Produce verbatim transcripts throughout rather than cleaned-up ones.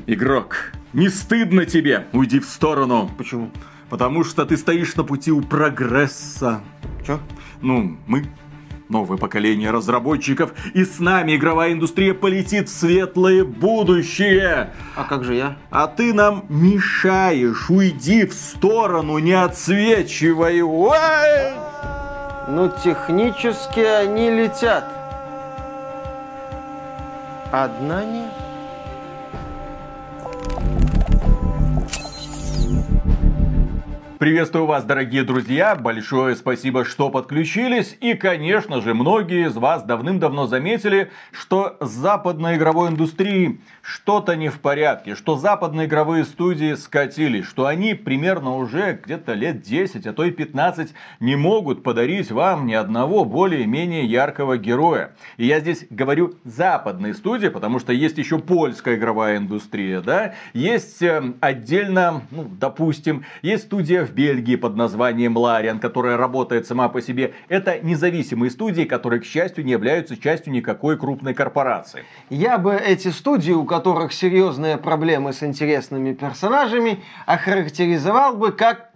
Игрок, не стыдно тебе? Уйди в сторону. Почему? Потому что ты стоишь на пути у прогресса. Чё? Ну, мы, новое поколение разработчиков, и с нами игровая индустрия полетит в светлое будущее. А как же я? А ты нам мешаешь. Уйди в сторону, не отсвечивай. Ой! Ну, технически они летят. Одна нет. Приветствую вас, дорогие друзья, большое спасибо, что подключились. И, конечно же, многие из вас давным-давно заметили, что с западной игровой индустрией что-то не в порядке, что западные игровые студии скатились, что они примерно уже где-то лет десять, а то и пятнадцать не могут подарить вам ни одного более-менее яркого героя. И я здесь говорю западные студии, потому что есть еще польская игровая индустрия, да, есть э, отдельно, ну, допустим, есть студия в Бельгии под названием Larian, которая работает сама по себе. Это независимые студии, которые, к счастью, не являются частью никакой крупной корпорации. Я бы эти студии, у которых серьезные проблемы с интересными персонажами, охарактеризовал бы как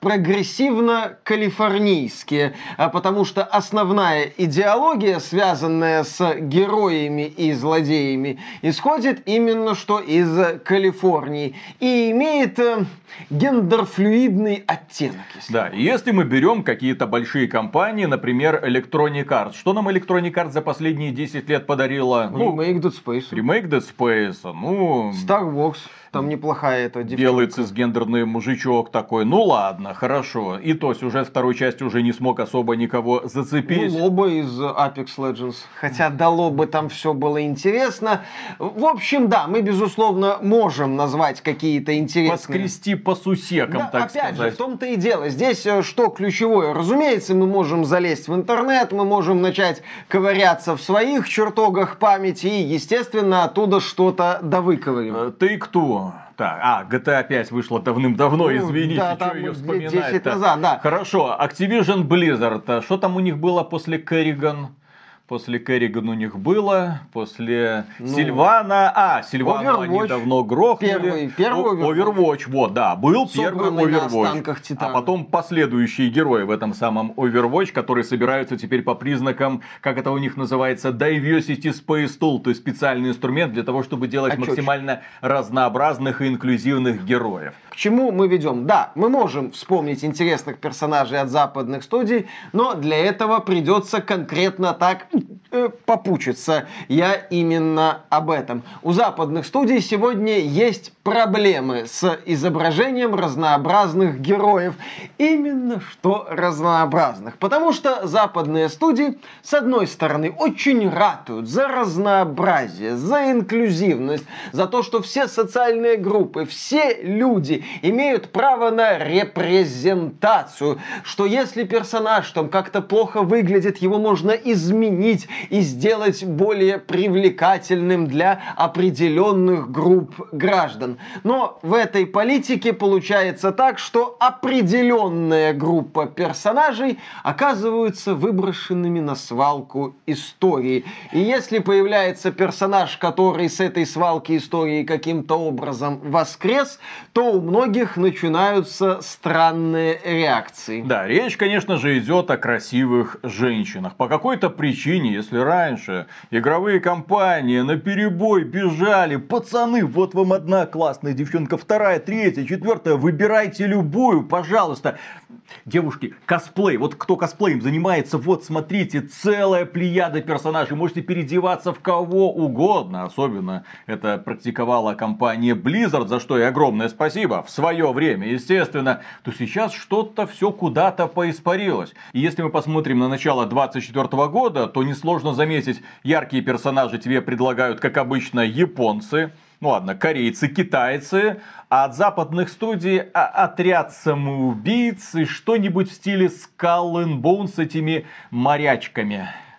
прогрессивно-калифорнийские, потому что основная идеология, связанная с героями и злодеями, исходит именно что из Калифорнии и имеет э, гендерфлюидный оттенок. Если да, если мы берем какие-то большие компании, например, Electronic Arts. Что нам Electronic Arts за последние десять лет подарила? Ну, Remake Dead Space. Remake Dead Space, ну... Star Wars. Там неплохая эта девчонка. Белый цисгендерный мужичок такой. Ну ладно, хорошо. И то сюжет второй части уже не смог особо никого зацепить. Ну, Лоба из Apex Legends. Хотя до Лобы там все было интересно. В общем, да, мы, безусловно, можем назвать какие-то интересные... Поскрести по сусекам, да, так опять сказать. же, в том-то и дело. Здесь что ключевое? Разумеется, мы можем залезть в интернет, мы можем начать ковыряться в своих чертогах памяти и, естественно, оттуда что-то довыковыривать. Ты кто? Так, а, джи ти эй пять вышла давным-давно, Ну, извините, да, что там ее десять вспоминать-то. назад, да. Хорошо, Activision Blizzard, что там у них было после Kerrigan? После Kerrigan у них было, после ну, Сильвана, а, Сильвану они давно грохнули. Первый, первый Overwatch. Overwatch, вот, да, был первый Overwatch. А потом последующие герои в этом самом Overwatch, которые собираются теперь по признакам, как это у них называется, Diversity Space Tool, то есть специальный инструмент для того, чтобы делать а максимально чё? разнообразных и инклюзивных героев. К чему мы ведем? Да, мы можем вспомнить интересных персонажей от западных студий, но для этого придется конкретно так э, попучиться. Я именно об этом. У западных студий сегодня есть проблемы с изображением разнообразных героев. Именно что разнообразных. Потому что западные студии, с одной стороны, очень ратуют за разнообразие, за инклюзивность, за то, что все социальные группы, все люди имеют право на репрезентацию, что если персонаж там как-то плохо выглядит, его можно изменить и сделать более привлекательным для определенных групп граждан. Но в этой политике получается так, что определенная группа персонажей оказываются выброшенными на свалку истории. И если появляется персонаж, который с этой свалки истории каким-то образом воскрес, то у многих начинаются странные реакции. Да, речь, конечно же, идет о красивых женщинах. По какой-то причине, если раньше игровые компании наперебой бежали, пацаны, вот вам одна классная девчонка, вторая, третья, четвертая, выбирайте любую, пожалуйста. Девушки, косплей, вот кто косплеем занимается, вот смотрите, целая плеяда персонажей, можете переодеваться в кого угодно. Особенно это практиковала компания Blizzard, за что и огромное спасибо в свое время, естественно. То сейчас что-то все куда-то поиспарилось. И если мы посмотрим на начало двадцать четвёртого года, то несложно заметить, яркие персонажи тебе предлагают, как обычно, японцы. Ну ладно, корейцы, китайцы, а от западных студий а, отряд самоубийц и что-нибудь в стиле Skull and Bones с этими морячками.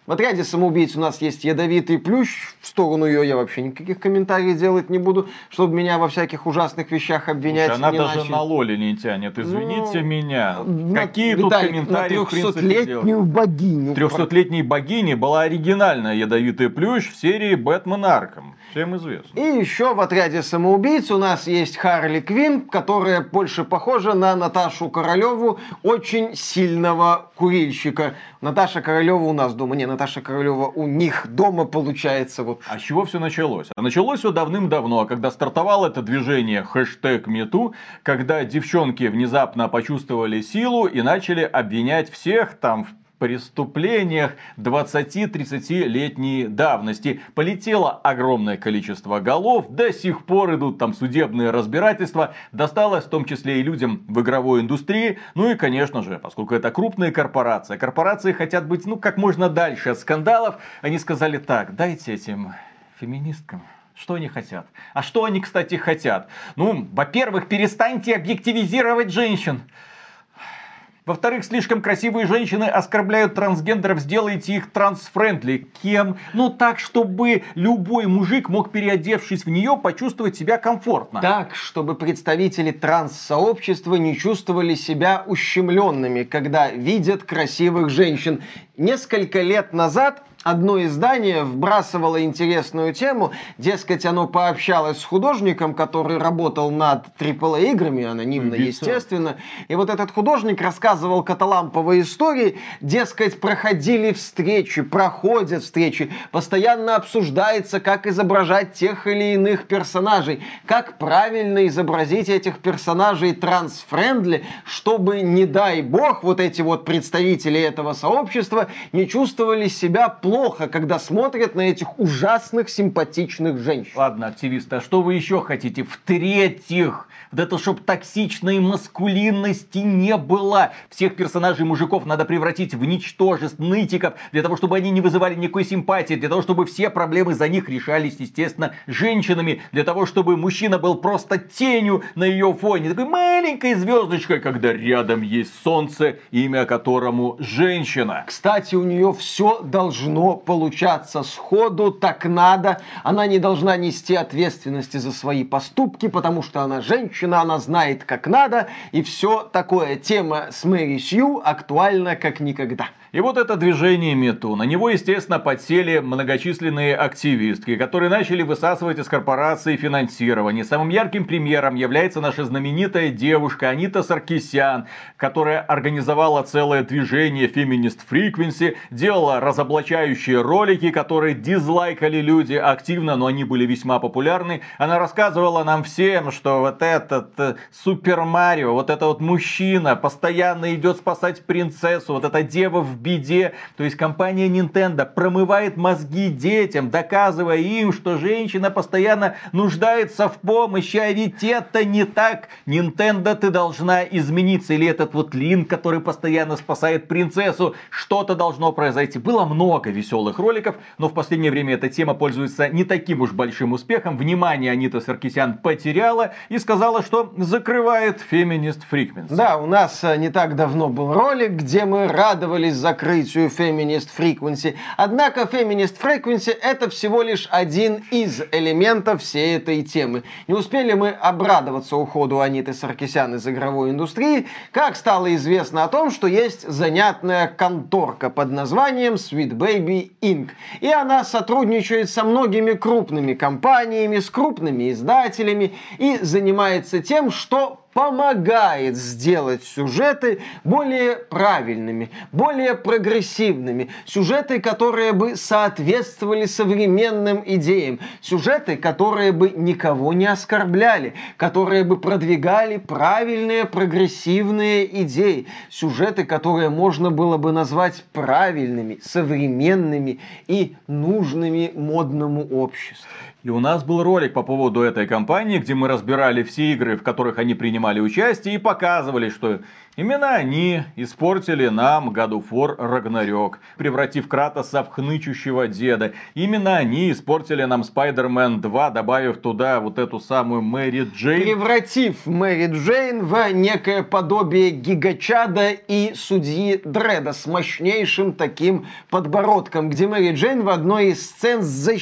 В отряде самоубийц у нас есть ядовитый плющ. В сторону ее я вообще никаких комментариев делать не буду, чтобы меня во всяких ужасных вещах обвинять. Слушай, она не даже начали. на лоле не тянет. Извините Ну, меня. На, Какие Виталик, тут комментарии, на в принципе, трехсотлетнюю делать? богиню. Трехсотлетней богини была оригинальная ядовитый плющ в серии Бэтмен Арком. Всем известно. И еще в отряде самоубийц у нас есть Харли Квинн, которая больше похожа на Наташу Королеву, очень сильного курильщика. Наташа Королева у нас дома. Не, Наташа Королева у них дома получается. Вот. А с чего все началось? А началось все давным-давно, когда стартовало это движение хэштег #MeToo, когда девчонки внезапно почувствовали силу и начали обвинять всех там в преступлениях двадцати-тридцатилетней давности. Полетело огромное количество голов, до сих пор идут там судебные разбирательства, досталось в том числе и людям в игровой индустрии, ну и конечно же, поскольку это крупные корпорации, корпорации хотят быть ну как можно дальше от скандалов, они сказали так, дайте этим феминисткам. Что они хотят? А что они, кстати, хотят? Ну, во-первых, перестаньте объективизировать женщин. Во-вторых, слишком красивые женщины оскорбляют трансгендеров, сделайте их трансфрендли. Кем? Ну так, чтобы любой мужик мог, переодевшись в нее, почувствовать себя комфортно. Так, чтобы представители транс-сообщества не чувствовали себя ущемленными, когда видят красивых женщин. Несколько лет назад одно издание вбрасывало интересную тему, дескать, оно пообщалось с художником, который работал над трипл эй играми, анонимно, Убийца. естественно. И вот этот художник рассказывал каталамповые истории, дескать, проходили встречи, проходят встречи, постоянно обсуждается, как изображать тех или иных персонажей, как правильно изобразить этих персонажей трансфрендли, чтобы, не дай бог, вот эти вот представители этого сообщества не чувствовали себя плохо. Плохо, когда смотрят на этих ужасных, симпатичных женщин. Ладно, активисты, а что вы еще хотите? В-третьих, вот это, чтобы токсичной маскулинности не было. Всех персонажей мужиков надо превратить в ничтожеств, нытиков, для того, чтобы они не вызывали никакой симпатии, для того, чтобы все проблемы за них решались, естественно, женщинами, для того, чтобы мужчина был просто тенью на ее фоне, такой маленькой звездочкой, когда рядом есть солнце, имя которому женщина. Кстати, у нее все должно получаться сходу, так надо. Она не должна нести ответственности за свои поступки, потому что она женщина, она знает, как надо, и все такое. Тема с Мэри Сью актуальна как никогда. И вот это движение МеТoo. На него, естественно, подсели многочисленные активистки, которые начали высасывать из корпорации финансирование. Самым ярким примером является наша знаменитая девушка Анита Саркисян, которая организовала целое движение Feminist Frequency, делала разоблачающие ролики, которые дизлайкали люди активно, но они были весьма популярны. Она рассказывала нам всем, что вот этот э, Супер Марио, вот этот вот мужчина постоянно идет спасать принцессу, вот эта дева в беде. То есть компания Nintendo промывает мозги детям, доказывая им, что женщина постоянно нуждается в помощи, а ведь это не так. Nintendo, ты должна измениться. Или этот вот Линк, который постоянно спасает принцессу, что-то должно произойти. Было много веселых роликов, но в последнее время эта тема пользуется не таким уж большим успехом. Внимание Анита Саркисян потеряла и сказала, что закрывает Feminist Frequency. Да, у нас не так давно был ролик, где мы радовались закрытию Feminist Frequency. Однако Feminist Frequency это всего лишь один из элементов всей этой темы. Не успели мы обрадоваться уходу Аниты Саркисян из игровой индустрии, как стало известно о том, что есть занятная конторка под названием Sweet Baby инк. И она сотрудничает со многими крупными компаниями, с крупными издателями и занимается тем, что помогает сделать сюжеты более правильными, более прогрессивными. Сюжеты, которые бы соответствовали современным идеям. Сюжеты, которые бы никого не оскорбляли. Которые бы продвигали правильные прогрессивные идеи. Сюжеты, которые можно было бы назвать правильными, современными и нужными модному обществу. И у нас был ролик по поводу этой компании, где мы разбирали все игры, в которых они принимали участие, и показывали, что именно они испортили нам God of War Ragnarok, превратив Кратоса в хнычущего деда. Именно они испортили нам Spider-Man два, добавив туда вот эту самую Мэри Джейн. Превратив Мэри Джейн в некое подобие Гигачада и судьи Дредда с мощнейшим таким подбородком, где Мэри Джейн в одной из сцен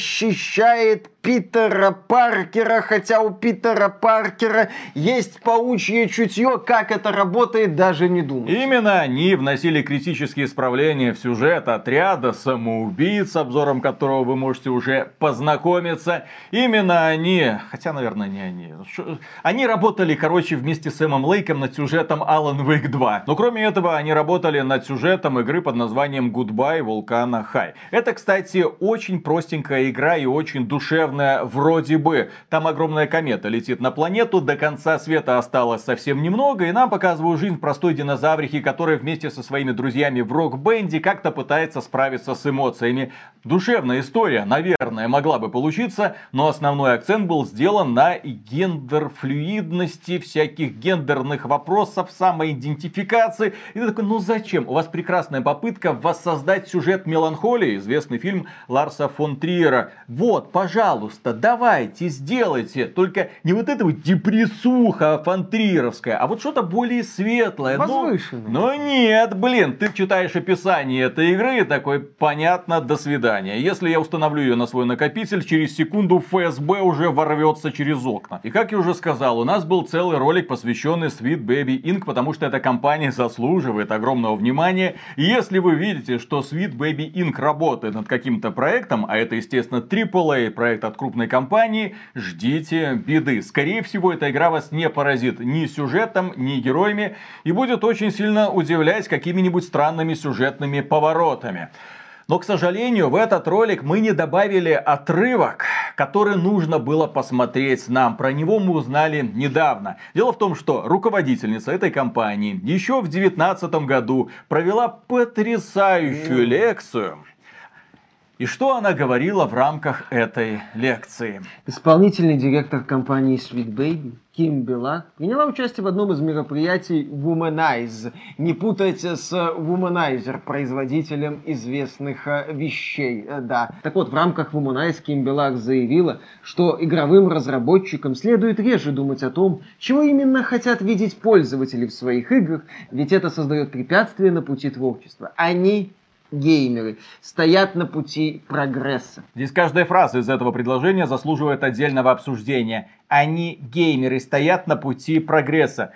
защищает Питера Паркера, хотя у Питера Паркера есть паучье чутье, как это работает, даже не думаю. Именно они вносили критические исправления в сюжет отряда самоубийц, с обзором которого вы можете уже познакомиться. Именно они, хотя, наверное, не они, они работали, короче, вместе с Сэмом Лейком над сюжетом Alan Wake два. Но кроме этого, они работали над сюжетом игры под названием Goodbye Volcano High. Это, кстати, очень простенькая игра и очень душевная. Вроде бы. Там огромная комета летит на планету, до конца света осталось совсем немного, и нам показывают жизнь простой динозаврихи, которая вместе со своими друзьями в рок-бенде как-то пытается справиться с эмоциями. Душевная история, наверное, могла бы получиться, но основной акцент был сделан на гендер-флюидности, всяких гендерных вопросов, самоидентификации. И ты такой, ну зачем? У вас прекрасная попытка воссоздать сюжет «Меланхолии», известный фильм Ларса фон Триера. Вот, пожалуйста. Пожалуйста, давайте, сделайте. Только не вот это вот депрессуха фонтрировская, а вот что-то более светлое. Возвышенное. Но, но нет, блин, ты читаешь описание этой игры и такой, понятно, до свидания. Если я установлю ее на свой накопитель, через секунду эф эс бэ уже ворвется через окна. И как я уже сказал, у нас был целый ролик, посвященный Sweet Baby Inc, потому что эта компания заслуживает огромного внимания. И если вы видите, что Sweet Baby Inc работает над каким-то проектом, а это, естественно, трипл эй проект от крупной компании, ждите беды. Скорее всего, эта игра вас не поразит ни сюжетом, ни героями и будет очень сильно удивлять какими-нибудь странными сюжетными поворотами. Но, к сожалению, в этот ролик мы не добавили отрывок, который нужно было посмотреть нам. Про него мы узнали недавно. Дело в том, что руководительница этой компании еще в две тысячи девятнадцатом году провела потрясающую лекцию. И что она говорила в рамках этой лекции? Исполнительный директор компании Sweet Baby Ким Белак приняла участие в одном из мероприятий Womanize. Не путайте с Womanizer, производителем известных вещей. Да. Так вот, в рамках Womanize Ким Белак заявила, что игровым разработчикам следует реже думать о том, чего именно хотят видеть пользователи в своих играх, ведь это создает препятствия на пути творчества. Они геймеры стоят на пути прогресса. Здесь каждая фраза из этого предложения заслуживает отдельного обсуждения. Они, геймеры, стоят на пути прогресса.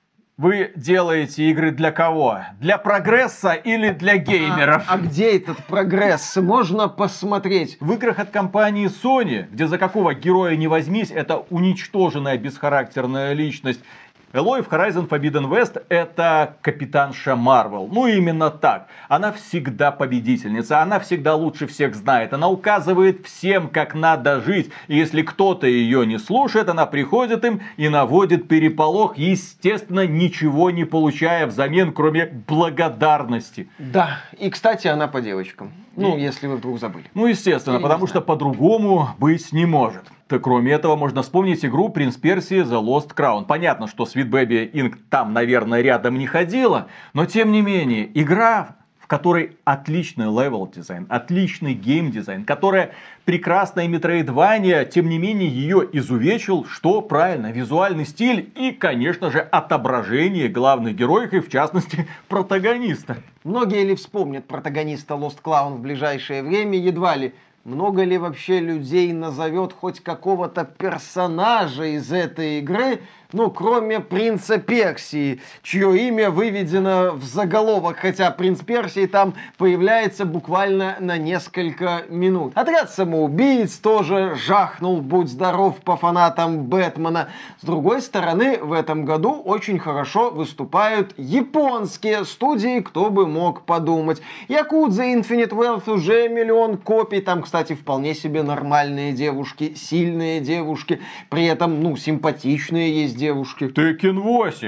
Вы делаете игры для кого? Для прогресса или для геймеров? А, а где этот прогресс? Можно посмотреть. В играх от компании Sony, где за какого героя не возьмись, это уничтоженная бесхарактерная личность. Элой в Horizon Forbidden West это капитанша Марвел. Ну именно так. Она всегда победительница, она всегда лучше всех знает. Она указывает всем, как надо жить. И если кто-то ее не слушает, она приходит им и наводит переполох, естественно, ничего не получая взамен, кроме благодарности. Да, и кстати, она по девочкам. Ну, если вы вдруг забыли. Ну, естественно, Я потому что по-другому быть не может. Так, кроме этого, можно вспомнить игру Принц Персии The Lost Crown. Понятно, что Sweet Baby Inc там, наверное, рядом не ходила, но тем не менее, игра, в которой отличный левел дизайн, отличный геймдизайн, которая прекрасная метроидвания, тем не менее ее изувечил, что правильно, визуальный стиль и, конечно же, отображение главных героев и, в частности, протагониста. Многие ли вспомнят протагониста Lost Clown в ближайшее время? Едва ли. Много ли вообще людей назовет хоть какого-то персонажа из этой игры, ну, кроме принца Персии, чье имя выведено в заголовок, хотя принц Персии там появляется буквально на несколько минут. Отряд самоубийц тоже жахнул, будь здоров, по фанатам Бэтмена. С другой стороны, в этом году очень хорошо выступают японские студии, кто бы мог подумать. Якудза Infinite Wealth уже миллион копий, там, кстати, вполне себе нормальные девушки, сильные девушки, при этом, ну, симпатичные есть девушки. Tekken восемь.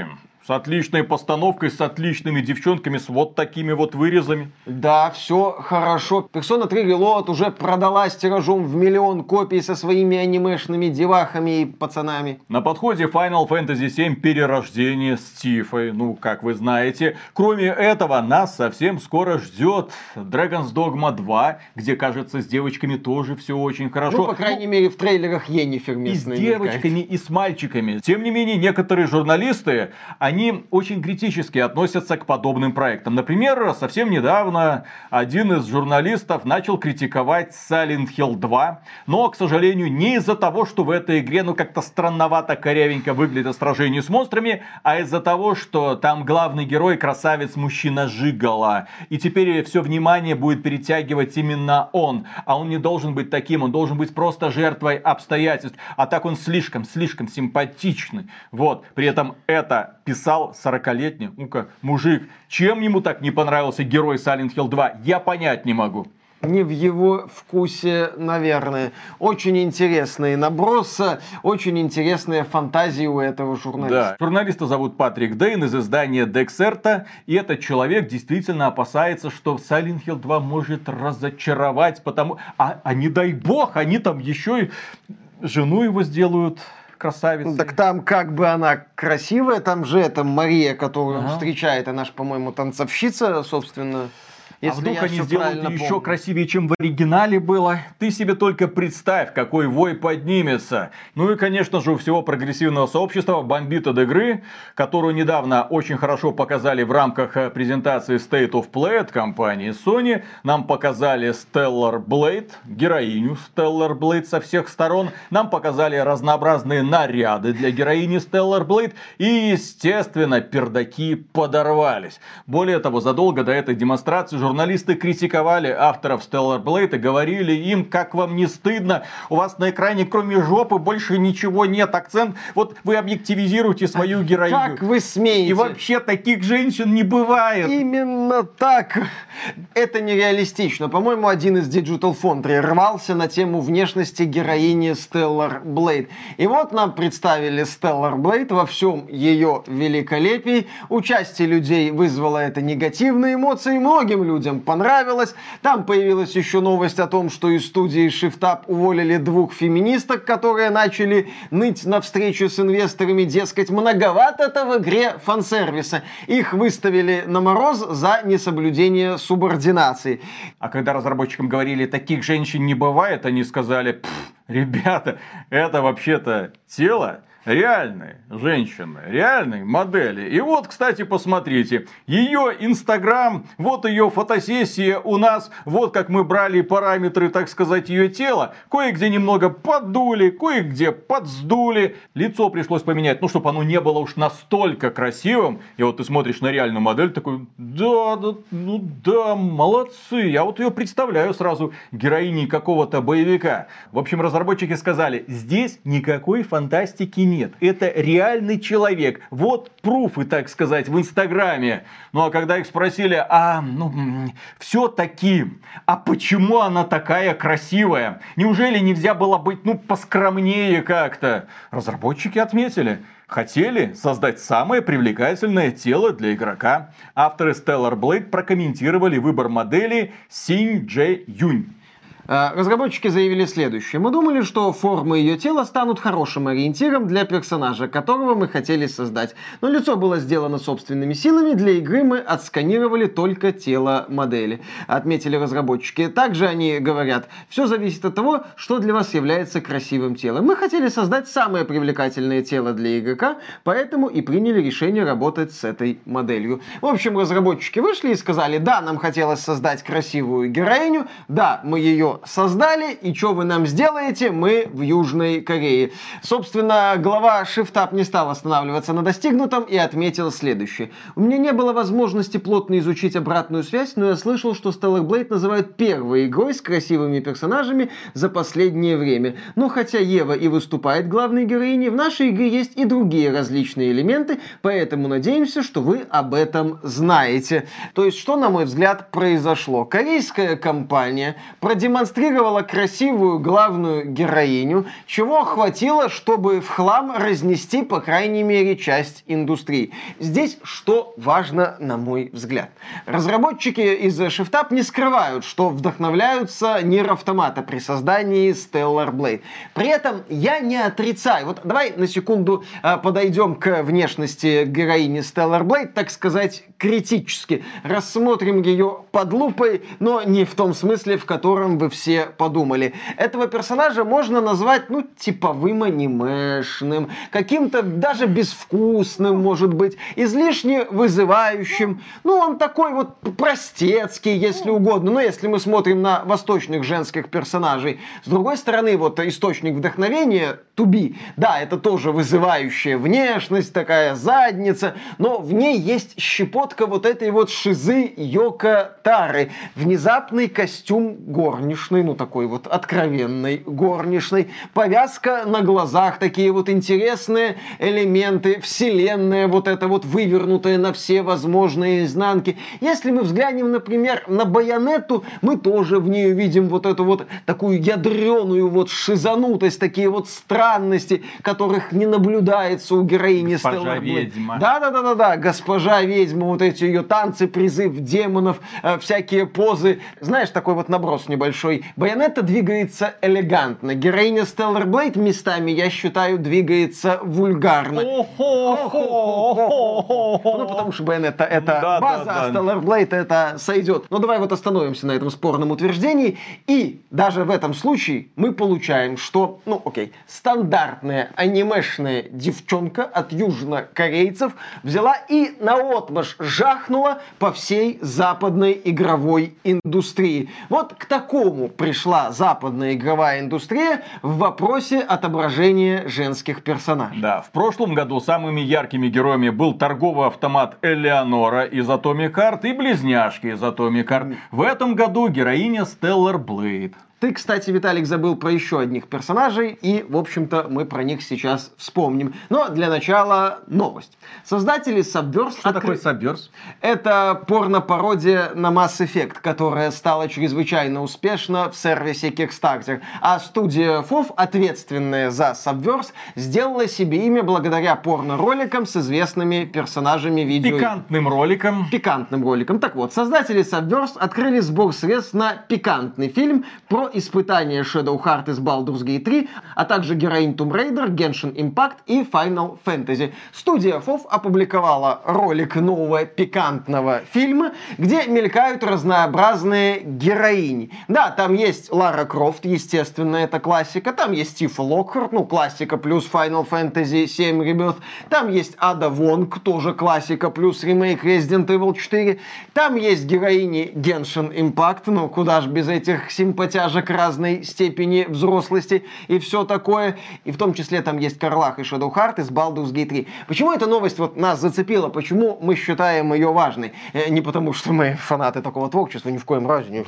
С отличной постановкой, с отличными девчонками, с вот такими вот вырезами. Да, все хорошо. Persona три Reload уже продалась тиражом в миллион копий со своими анимешными девахами и пацанами. На подходе Final Fantasy семь Перерождение с Тифой, ну, как вы знаете. Кроме этого, нас совсем скоро ждет Dragon's Dogma два, где, кажется, с девочками тоже все очень хорошо. Ну, по крайней ну, мере, в трейлерах Йеннифер местная. И с девочками, мелькает. И с мальчиками. Тем не менее, некоторые журналисты, они очень критически относятся к подобным проектам. Например, совсем недавно один из журналистов начал критиковать Silent Hill два, но, к сожалению, не из-за того, что в этой игре, ну, как-то странновато, корявенько выглядит сражение с монстрами, а из-за того, что там главный герой красавец-мужчина Жигала. И теперь все внимание будет перетягивать именно он. А он не должен быть таким, он должен быть просто жертвой обстоятельств. А так он слишком-слишком симпатичный. Вот. При этом это писал сорокалетний, ну-ка, мужик. Чем ему так не понравился герой Silent Hill два, я понять не могу. Не в его вкусе, наверное. Очень интересные набросы, очень интересные фантазии у этого журналиста. Да. Журналиста зовут Патрик Дейн из издания Дексерта. И этот человек действительно опасается, что Silent Hill два может разочаровать. Потому... А, а не дай бог, они там еще и жену его сделают красавицей. Так там как бы она красивая, там же это Мария, которую ага. встречает, она же, по-моему, танцовщица, собственно. Если а вдруг они сделают еще помню. красивее, чем в оригинале было? Ты себе только представь, какой вой поднимется. Ну и, конечно же, у всего прогрессивного сообщества бомбит от игры, которую недавно очень хорошо показали в рамках презентации State of Play от компании Sony. Нам показали Stellar Blade, героиню Stellar Blade со всех сторон. Нам показали разнообразные наряды для героини Stellar Blade. И, естественно, пердаки подорвались. Более того, задолго до этой демонстрации журналисты критиковали авторов Stellar Blade и говорили им, как вам не стыдно, у вас на экране кроме жопы больше ничего нет, акцент, вот вы объективизируете свою героиню. Как вы смеете? И вообще таких женщин не бывает. Именно так. Это нереалистично. По-моему, один из Digital Foundry рвался на тему внешности героини Stellar Blade. И вот нам представили Stellar Blade во всем ее великолепии. Участие людей вызвало это негативные эмоции, многим людям людям понравилось. Там появилась еще новость о том, что из студии Shift Up уволили двух феминисток, которые начали ныть на встречу с инвесторами, дескать, многовато-то в игре фан-сервиса. Их выставили на мороз за несоблюдение субординации. А когда разработчикам говорили, таких женщин не бывает, они сказали, ребята, это вообще-то тело реальной женщины, реальной модели. И вот, кстати, посмотрите, ее Инстаграм, вот ее фотосессия у нас, вот как мы брали параметры, так сказать, ее тела, кое-где немного подули, кое-где подсдули, лицо пришлось поменять, ну, чтобы оно не было уж настолько красивым. И вот ты смотришь на реальную модель, такой, да, да, ну да, молодцы, я вот ее представляю сразу героиней какого-то боевика. В общем, разработчики сказали, здесь никакой фантастики нет. Нет, это реальный человек. Вот пруфы, так сказать, в Инстаграме. Ну а когда их спросили, а, ну, все-таки, а почему она такая красивая? Неужели нельзя было быть, ну, поскромнее как-то? Разработчики отметили. Хотели создать самое привлекательное тело для игрока. Авторы Stellar Blade прокомментировали выбор модели Синь Дже Юнь. Разработчики заявили следующее. Мы думали, что формы ее тела станут хорошим ориентиром для персонажа, которого мы хотели создать. Но лицо было сделано собственными силами. Для игры мы отсканировали только тело модели. Отметили разработчики. Также они говорят, все зависит от того, что для вас является красивым телом. Мы хотели создать самое привлекательное тело для игрока, поэтому и приняли решение работать с этой моделью. В общем, разработчики вышли и сказали, да, нам хотелось создать красивую героиню, да, мы ее создали, и что вы нам сделаете? Мы в Южной Корее. Собственно, глава Shift Up не стал останавливаться на достигнутом и отметил следующее. У меня не было возможности плотно изучить обратную связь, но я слышал, что Stellar Blade называют первой игрой с красивыми персонажами за последнее время. Но хотя Ева и выступает главной героиней, в нашей игре есть и другие различные элементы, поэтому надеемся, что вы об этом знаете. То есть, что, на мой взгляд, произошло? Корейская компания продемонстрировала продемонстрировала красивую главную героиню, чего хватило, чтобы в хлам разнести, по крайней мере, часть индустрии. Здесь что важно, на мой взгляд. Разработчики из ShiftUp не скрывают, что вдохновляются Нир Автомата при создании Stellar Blade. При этом я не отрицаю. Вот давай на секунду подойдем к внешности героини Stellar Blade, так сказать, критически. Рассмотрим ее под лупой, но не в том смысле, в котором вы все подумали. Этого персонажа можно назвать, ну, типовым анимешным, каким-то даже безвкусным, может быть, излишне вызывающим. Ну, он такой вот простецкий, если угодно. Но если мы смотрим на восточных женских персонажей. С другой стороны, вот источник вдохновения Туби, да, это тоже вызывающая внешность, такая задница, но в ней есть щепотка вот этой вот шизы Йоко Тары. Внезапный костюм горничной, ну такой вот откровенной горничной, повязка на глазах, такие вот интересные элементы, вселенная вот эта вот вывернутая на все возможные изнанки. Если мы взглянем, например, на Байонетту, мы тоже в ней видим вот эту вот такую ядреную вот шизанутость, такие вот странности, которых не наблюдается у героини Госпожа ведьма. Да-да-да-да-да, госпожа ведьма, вот эти ее танцы, призыв демонов, э, всякие позы. Знаешь, такой вот наброс небольшой. Байонетта двигается элегантно. Героиня Stellar Blade местами, я считаю, двигается вульгарно. Ну, потому что Байонетта это база, а Stellar Blade это сойдет. Но давай вот остановимся на этом спорном утверждении. И даже в этом случае мы получаем, что, ну окей, стандартная анимешная девчонка от южнокорейцев взяла и наотмашь жахнула по всей западной игровой индустрии. Вот к такому пришла западная игровая индустрия в вопросе отображения женских персонажей. Да, в прошлом году самыми яркими героями был торговый автомат Элеонора из Atomic Heart и близняшки из Atomic Heart. В этом году героиня Stellar Blade. Ты, кстати, Виталик, забыл про еще одних персонажей, и, в общем-то, мы про них сейчас вспомним. Но для начала новость. Создатели Subverse... Что откры... такое Subverse? Это порно-пародия на Mass Effect, которая стала чрезвычайно успешна в сервисе Kickstarter. А студия эф о эф, ответственная за Subverse, сделала себе имя благодаря порно-роликам с известными персонажами видео. Пикантным роликом. Пикантным роликом. Так вот, создатели Subverse открыли сбор средств на пикантный фильм про испытания Shadow Heart из Baldur's Gate три, а также героинь Tomb Raider, Genshin Impact и Final Fantasy. Студия эф о эф опубликовала ролик нового пикантного фильма, где мелькают разнообразные героини. Да, там есть Лара Крофт, естественно, это классика. Там есть Тифа Локхарт, ну, классика плюс Final Fantasy семь Rebirth. Там есть Ада Вонг, тоже классика плюс ремейк Resident Evil четыре. Там есть героини Genshin Impact, ну, куда ж без этих симпатяжек разной степени взрослости и все такое. И в том числе там есть Карлах и Shadow Heart из Baldur's Gate три. Почему эта новость вот нас зацепила? Почему мы считаем ее важной? Не потому, что мы фанаты такого творчества, ни в коем разе. Не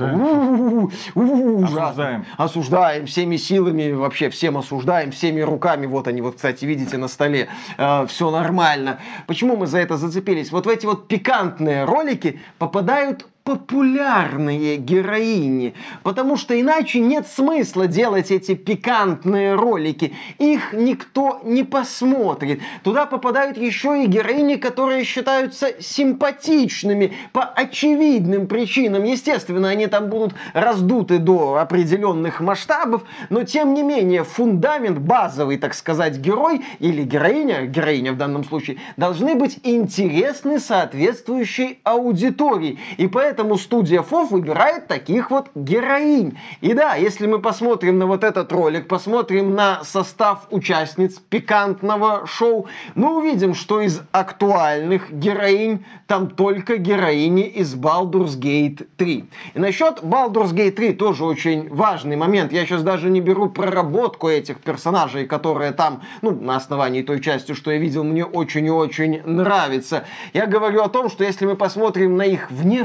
осуждаем. Осуждаем всеми силами, вообще всем осуждаем, всеми руками. Вот они, вот, кстати, видите на столе. Все нормально. Почему мы за это зацепились? Вот в эти вот пикантные ролики попадают популярные героини, потому что иначе нет смысла делать эти пикантные ролики. Их никто не посмотрит. Туда попадают еще и героини, которые считаются симпатичными по очевидным причинам. Естественно, они там будут раздуты до определенных масштабов, но тем не менее фундамент, базовый, так сказать, герой или героиня, героиня в данном случае, должны быть интересны соответствующей аудитории. И поэтому Поэтому студия эф о эф выбирает таких вот героинь. И да, если мы посмотрим на вот этот ролик, посмотрим на состав участниц пикантного шоу, мы увидим, что из актуальных героинь там только героини из Baldur's Gate три. И насчет Baldur's Gate три тоже очень важный момент. Я сейчас даже не беру проработку этих персонажей, которые там, ну, на основании той части, что я видел, мне очень и очень нравится. Я говорю о том, что если мы посмотрим на их внешку,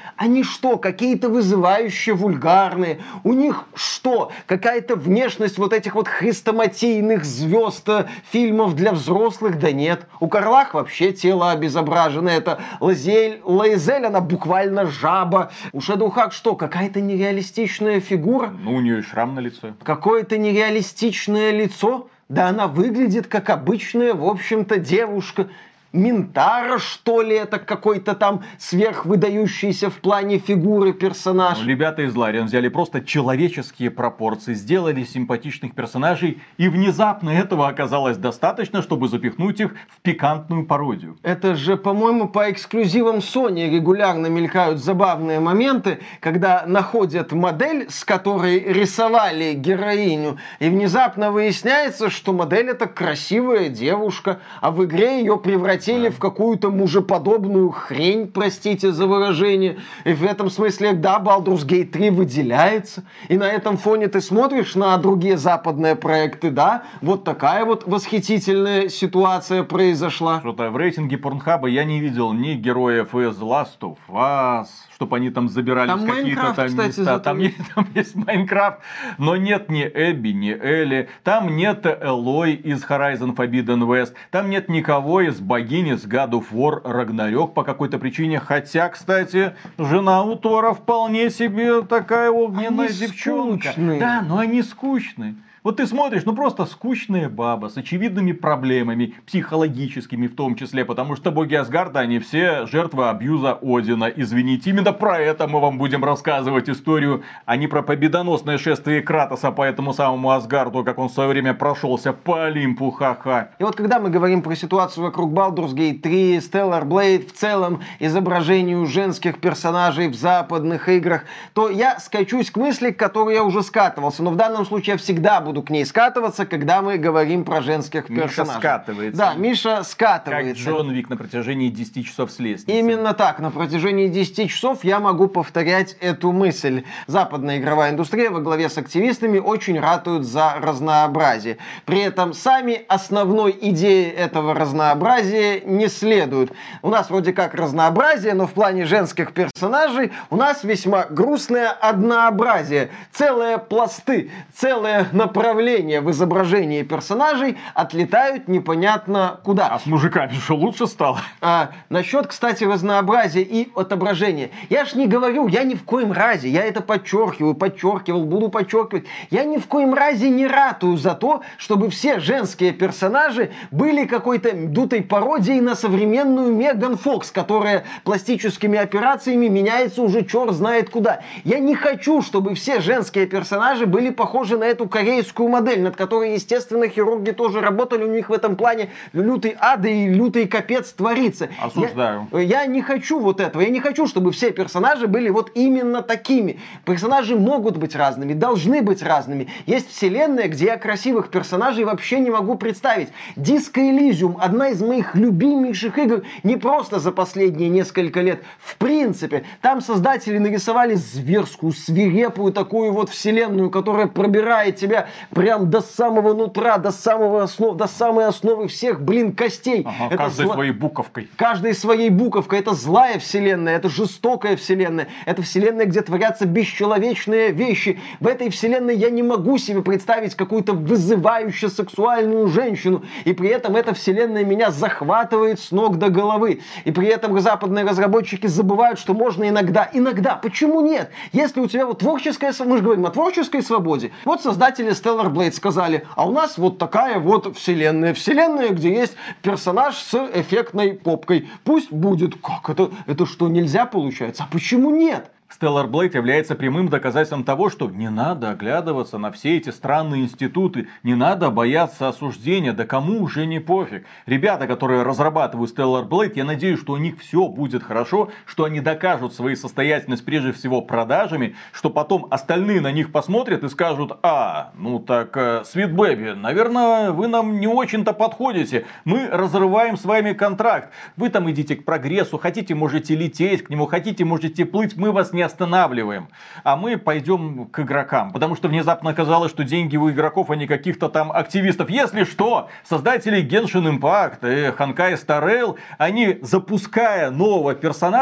Они что, какие-то вызывающие вульгарные? У них что, какая-то внешность вот этих вот хрестоматийных звезд фильмов для взрослых? Да нет. У Карлах вообще тело обезображено. Это Лазель, Лаизель, она буквально жаба. У Шадоухак что, какая-то нереалистичная фигура? Ну, у нее и шрам на лице. Какое-то нереалистичное лицо? Да она выглядит как обычная, в общем-то, девушка. Минтара, что ли, это какой-то там сверхвыдающийся в плане фигуры персонаж. Ну, ребята из Лариан взяли просто человеческие пропорции, сделали симпатичных персонажей, и внезапно этого оказалось достаточно, чтобы запихнуть их в пикантную пародию. Это же, по-моему, по эксклюзивам Sony регулярно мелькают забавные моменты, когда находят модель, с которой рисовали героиню, и внезапно выясняется, что модель это красивая девушка, а в игре ее превратили в какую-то мужеподобную хрень, простите за выражение. И в этом смысле, да, Baldur's Gate три выделяется. И на этом фоне ты смотришь на другие западные проекты, да, вот такая вот восхитительная ситуация произошла. Что-то в рейтинге Порнхаба я не видел ни героев из Last of Us, чтобы они там забирались там в какие-то там кстати, места. Там, есть, там есть Майнкрафт, но нет ни Эбби, ни Элли. Там нет Элой из Horizon Forbidden West. Там нет никого из богини с God of War Ragnarok по какой-то причине. Хотя, кстати, жена у Тора вполне себе такая огненная они девчонка. Скучные. Да, но они скучные. Вот ты смотришь, ну просто скучная баба с очевидными проблемами, психологическими в том числе, потому что боги Асгарда, они все жертвы абьюза Одина. Извините, именно про это мы вам будем рассказывать историю, а не про победоносное шествие Кратоса по этому самому Асгарду, как он в свое время прошелся по Олимпу, ха-ха. И вот когда мы говорим про ситуацию вокруг Baldur's Gate три, Stellar Blade, в целом изображению женских персонажей в западных играх, то я скачусь к мысли, к которой я уже скатывался, но в данном случае я всегда буду к ней скатываться, когда мы говорим про женских Миша персонажей. скатывается. Да, Миша скатывается. Как Джон Вик на протяжении десяти часов с лестницы. Именно так. На протяжении десяти часов я могу повторять эту мысль. Западная игровая индустрия во главе с активистами очень ратуют за разнообразие. При этом сами основной идеи этого разнообразия не следуют. У нас вроде как разнообразие, но в плане женских персонажей у нас весьма грустное однообразие. Целые пласты, целое направление в изображении персонажей отлетают непонятно куда. А с мужиками что, лучше стало? А, насчет, кстати, разнообразия и отображения. Я ж не говорю, я ни в коем разе, я это подчеркиваю, подчеркивал, буду подчеркивать. Я ни в коем разе не ратую за то, чтобы все женские персонажи были какой-то дутой пародией на современную Меган Фокс, которая пластическими операциями меняется уже черт знает куда. Я не хочу, чтобы все женские персонажи были похожи на эту корейскую модель, над которой, естественно, хирурги тоже работали, у них в этом плане лютый ад и лютый капец творится. Осуждаю. Я, я не хочу вот этого, я не хочу, чтобы все персонажи были вот именно такими. Персонажи могут быть разными, должны быть разными. Есть вселенная, где я красивых персонажей вообще не могу представить. Disco Elysium, одна из моих любимейших игр, не просто за последние несколько лет, в принципе. Там создатели нарисовали зверскую, свирепую такую вот вселенную, которая пробирает тебя прям до самого нутра, до самого основ, до самой основы всех, блин, костей. Ага, это каждой зла... своей буковкой. Каждой своей буковкой. Это злая вселенная, это жестокая вселенная. Это вселенная, где творятся бесчеловечные вещи. В этой вселенной я не могу себе представить какую-то вызывающую сексуальную женщину. И при этом эта вселенная меня захватывает с ног до головы. И при этом западные разработчики забывают, что можно иногда, иногда, почему нет? Если у тебя вот творческая, мы же говорим о творческой свободе. Вот создатели Stellar Blade сказали, а у нас вот такая вот вселенная. Вселенная, где есть персонаж с эффектной попкой. Пусть будет. Как это? Это что, нельзя получается? А почему нет? Stellar Blade является прямым доказательством того, что не надо оглядываться на все эти странные институты, не надо бояться осуждения, да кому уже не пофиг. Ребята, которые разрабатывают Stellar Blade, я надеюсь, что у них все будет хорошо, что они докажут свою состоятельность прежде всего продажами, что потом остальные на них посмотрят и скажут, а, ну так, Sweet Baby, наверное, вы нам не очень-то подходите, мы разрываем с вами контракт, вы там идите к прогрессу, хотите можете лететь к нему, хотите можете плыть, мы вас не останавливаем, а мы пойдем к игрокам, потому что внезапно оказалось, что деньги у игроков, а не каких-то там активистов. Если что, создатели Genshin Impact и Honkai Star Rail, они, запуская нового персонажа,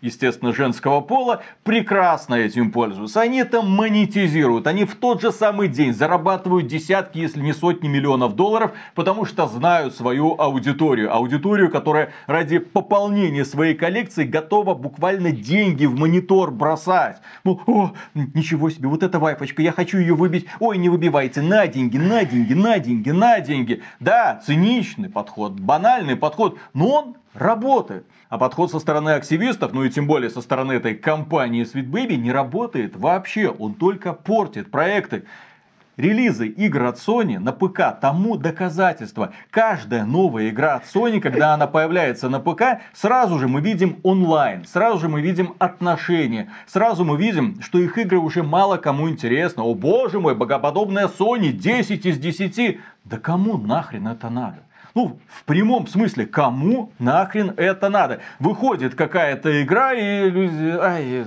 естественно, женского пола, прекрасно этим пользуются. Они это монетизируют. Они в тот же самый день зарабатывают десятки, если не сотни миллионов долларов, потому что знают свою аудиторию. Аудиторию, которая ради пополнения своей коллекции готова буквально деньги в монитор бросать. Мол, о, ничего себе, вот эта вайфочка, я хочу ее выбить. Ой, не выбивайте, на деньги, на деньги, на деньги, на деньги. Да, циничный подход, банальный подход, но он работает. А подход со стороны активистов, ну и тем более со стороны этой компании Sweet Baby, не работает вообще. Он только портит проекты. Релизы игр от Sony на ПК тому доказательство. Каждая новая игра от Sony, когда она появляется на ПК, сразу же мы видим онлайн, сразу же мы видим отношения, сразу мы видим, что их игры уже мало кому интересно. О боже мой, богоподобная Sony, десять из десяти. Да кому нахрен это надо? Ну, в прямом смысле, кому нахрен это надо? Выходит какая-то игра и люди... Ай,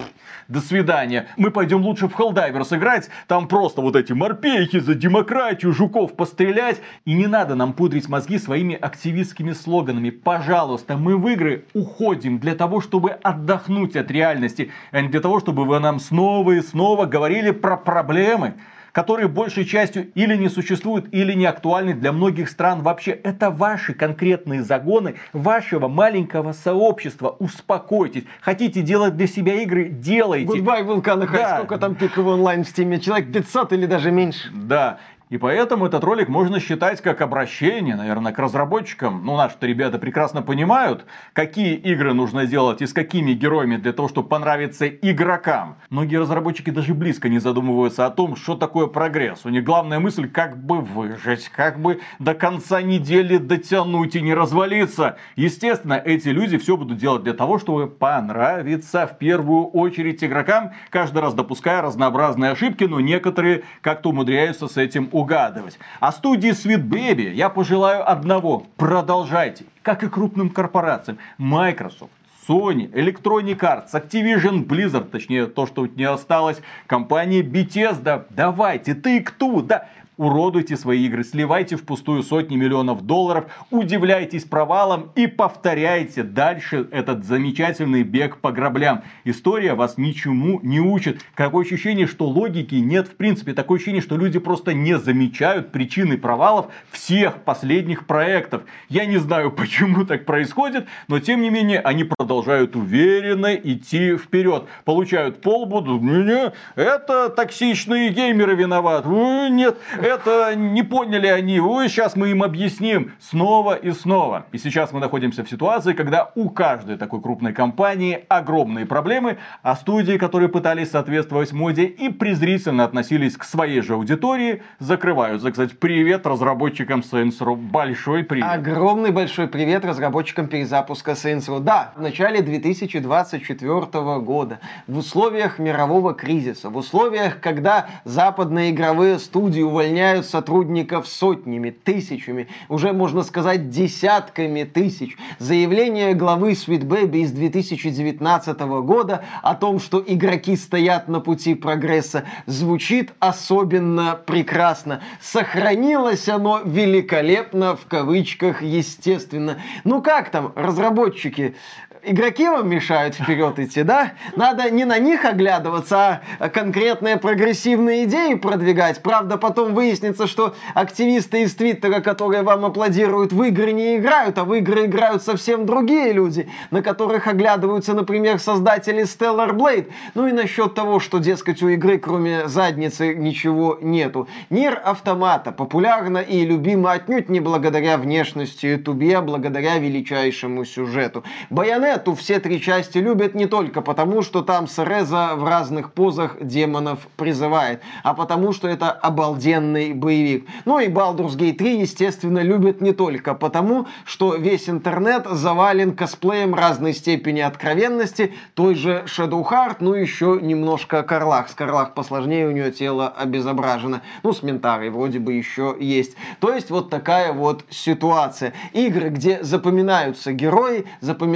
до свидания. Мы пойдем лучше в Helldivers играть. Там просто вот эти морпехи за демократию, жуков пострелять. И не надо нам пудрить мозги своими активистскими слоганами. Пожалуйста, мы в игры уходим для того, чтобы отдохнуть от реальности. А не для того, чтобы вы нам снова и снова говорили про проблемы, которые большей частью или не существуют, или не актуальны для многих стран вообще. Это ваши конкретные загоны вашего маленького сообщества. Успокойтесь. Хотите делать для себя игры? Делайте. Goodbye, Vulkan High. Да. Сколько там пиковый онлайн в Стиме? Человек пятьсот или даже меньше? Да. И поэтому этот ролик можно считать как обращение, наверное, к разработчикам. Ну, наши-то ребята прекрасно понимают, какие игры нужно делать и с какими героями для того, чтобы понравиться игрокам. Многие разработчики даже близко не задумываются о том, что такое прогресс. У них главная мысль, как бы выжить, как бы до конца недели дотянуть и не развалиться. Естественно, эти люди все будут делать для того, чтобы понравиться в первую очередь игрокам, каждый раз допуская разнообразные ошибки, но некоторые как-то умудряются с этим угадывать. угадывать. А студии Sweet Baby я пожелаю одного. Продолжайте. Как и крупным корпорациям. Microsoft, Sony, Electronic Arts, Activision Blizzard, точнее то, что не осталось, компания Bethesda. Давайте, Take-Two, да. Уродуйте свои игры, сливайте впустую сотни миллионов долларов, удивляйтесь провалам и повторяйте дальше этот замечательный бег по граблям. История вас ничему не учит. Такое ощущение, что логики нет в принципе. Такое ощущение, что люди просто не замечают причины провалов всех последних проектов. Я не знаю, почему так происходит, но тем не менее они продолжают уверенно идти вперед. Получают полбуду. Не-не, это токсичные геймеры виноваты. Нет, это не поняли они. Ой, сейчас мы им объясним снова и снова. И сейчас мы находимся в ситуации, когда у каждой такой крупной компании огромные проблемы, а студии, которые пытались соответствовать моде и презрительно относились к своей же аудитории, закрываются. Кстати, привет разработчикам Saints Row. Большой привет. Огромный большой привет разработчикам перезапуска Saints Row. Да, в начале две тысячи двадцать четвёртого года, в условиях мирового кризиса, в условиях, когда западные игровые студии увольняют сотрудников сотнями, тысячами, уже можно сказать десятками тысяч. Заявление главы Sweet Baby из две тысячи девятнадцатого года о том, что игроки стоят на пути прогресса, звучит особенно прекрасно. Сохранилось оно великолепно, в кавычках, естественно. Ну как там, разработчики? Игроки вам мешают вперед идти, да? Надо не на них оглядываться, а конкретные прогрессивные идеи продвигать. Правда, потом выяснится, что активисты из Твиттера, которые вам аплодируют, в игры не играют, а в игры играют совсем другие люди, на которых оглядываются, например, создатели Stellar Blade. Ну и насчет того, что, дескать, у игры кроме задницы ничего нету. Нир Автомата популярна и любима отнюдь не благодаря внешности ютубе, а благодаря величайшему сюжету. Байонет Эту все три части любят не только потому, что там Сереза в разных позах демонов призывает, а потому, что это обалденный боевик. Ну и Baldur's Gate три, естественно, любят не только потому, что весь интернет завален косплеем разной степени откровенности той же Shadowheart, ну еще немножко Карлах. С Карлах посложнее, у нее тело обезображено. Ну, с Ментарой вроде бы еще есть. То есть вот такая вот ситуация. Игры, где запоминаются герои, запоминаются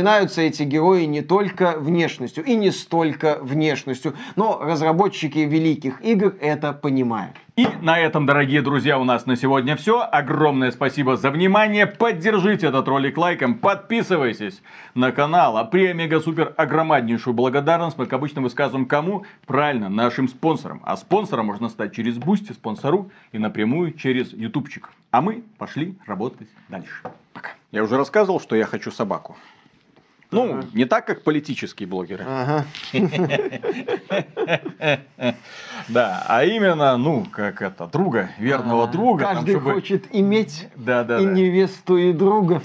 эти герои не только внешностью и не столько внешностью, но разработчики великих игр это понимают. И на этом, дорогие друзья, у нас на сегодня все. Огромное спасибо за внимание. Поддержите этот ролик лайком, подписывайтесь на канал. А при омега супер огромнейшую благодарность мы, как обычно, высказываем кому? Правильно, нашим спонсорам. А спонсором можно стать через Бусти, спонсору и напрямую через ютубчик. А мы пошли работать дальше. Пока. Я уже рассказывал, что я хочу собаку. Ну, ага. Не так, как политические блогеры. Ага. Да, а именно, ну, как это, друга, верного А, друга. Каждый там, чтобы... хочет иметь да, да, и да. невесту, и друга.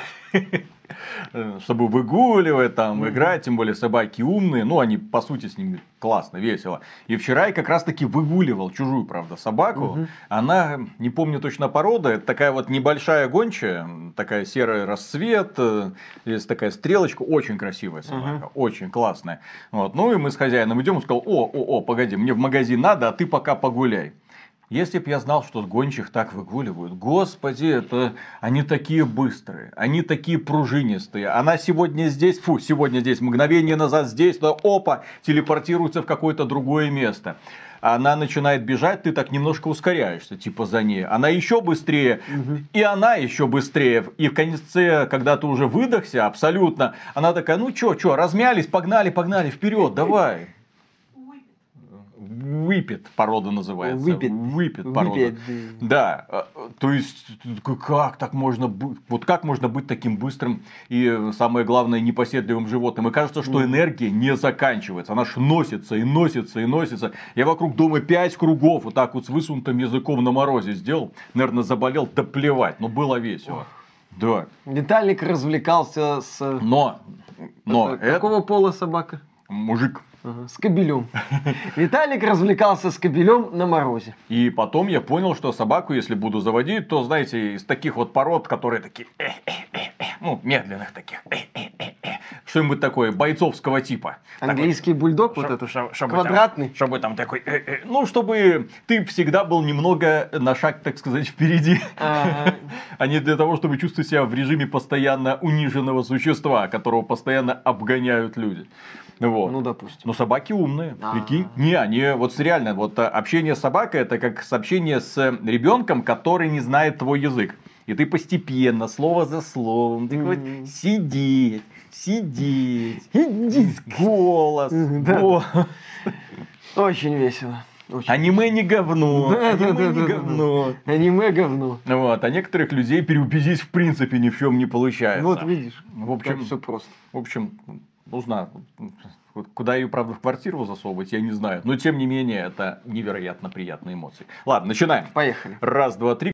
Чтобы выгуливать, там, mm-hmm. играть, тем более собаки умные, ну, они, по сути, с ними классно, весело. И вчера я как раз-таки выгуливал чужую, правда, собаку. Mm-hmm. Она, не помню точно порода, это такая вот небольшая гончая, такая серый рассвет, есть такая стрелочка, очень красивая собака, mm-hmm. очень классная. Вот. Ну, и мы с хозяином идем, он сказал, о, о, о, погоди, мне в магазин надо, а ты пока погуляй. Если б я знал, что гончих так выгуливают, господи, это они такие быстрые, они такие пружинистые. Она сегодня здесь, фу, сегодня здесь, мгновение назад здесь, то опа, телепортируется в какое-то другое место. Она начинает бежать, ты так немножко ускоряешься, типа за ней. Она еще быстрее, угу. и она еще быстрее. И в конце, когда ты уже выдохся абсолютно, она такая, ну чё, чё, размялись, погнали, погнали, вперед, давай. Выпит порода называется. Выпит. Выпит порода. Выпит. Да. То есть, как так можно быть? Вот как можно быть таким быстрым и, самое главное, непоседливым животным? И кажется, что энергия не заканчивается. Она ж носится и носится и носится. Я вокруг дома пять кругов вот так вот с высунутым языком на морозе сделал. Наверное, заболел, да плевать. Но было весело. Да. Виталик развлекался с... Но. Но это... Какого это... пола собака? Мужик. Ага, с кобелем. Виталик развлекался с кобелем на морозе. И потом я понял, что собаку, если буду заводить, то, знаете, из таких вот пород, которые такие, ну, медленных таких, что-нибудь такое бойцовского типа. Английский бульдог вот это, квадратный. Чтобы там такой, ну, чтобы ты всегда был немного на шаг, так сказать, впереди. А не для того, чтобы чувствовать себя в режиме постоянно униженного существа, которого постоянно обгоняют люди. Вот. Ну, допустим. Но собаки умные, А-а-а. прикинь. Не, они вот реально, вот общение с собакой, это как общение с ребенком, который не знает твой язык. И ты постепенно, слово за словом, ты говоришь, mm-hmm. сидеть, сидеть, сидеть, голос, голос. Очень весело. Очень. Аниме не говно. Да, аниме да, да, не да, говно. Да. Аниме говно. Вот. А некоторых людей переубедить в принципе ни в чем не получается. Вот видишь. В общем, все просто. В общем, нужно, куда ее, правда, в квартиру засовывать, я не знаю. Но, тем не менее, это невероятно приятные эмоции. Ладно, начинаем. Поехали. Раз, два, три.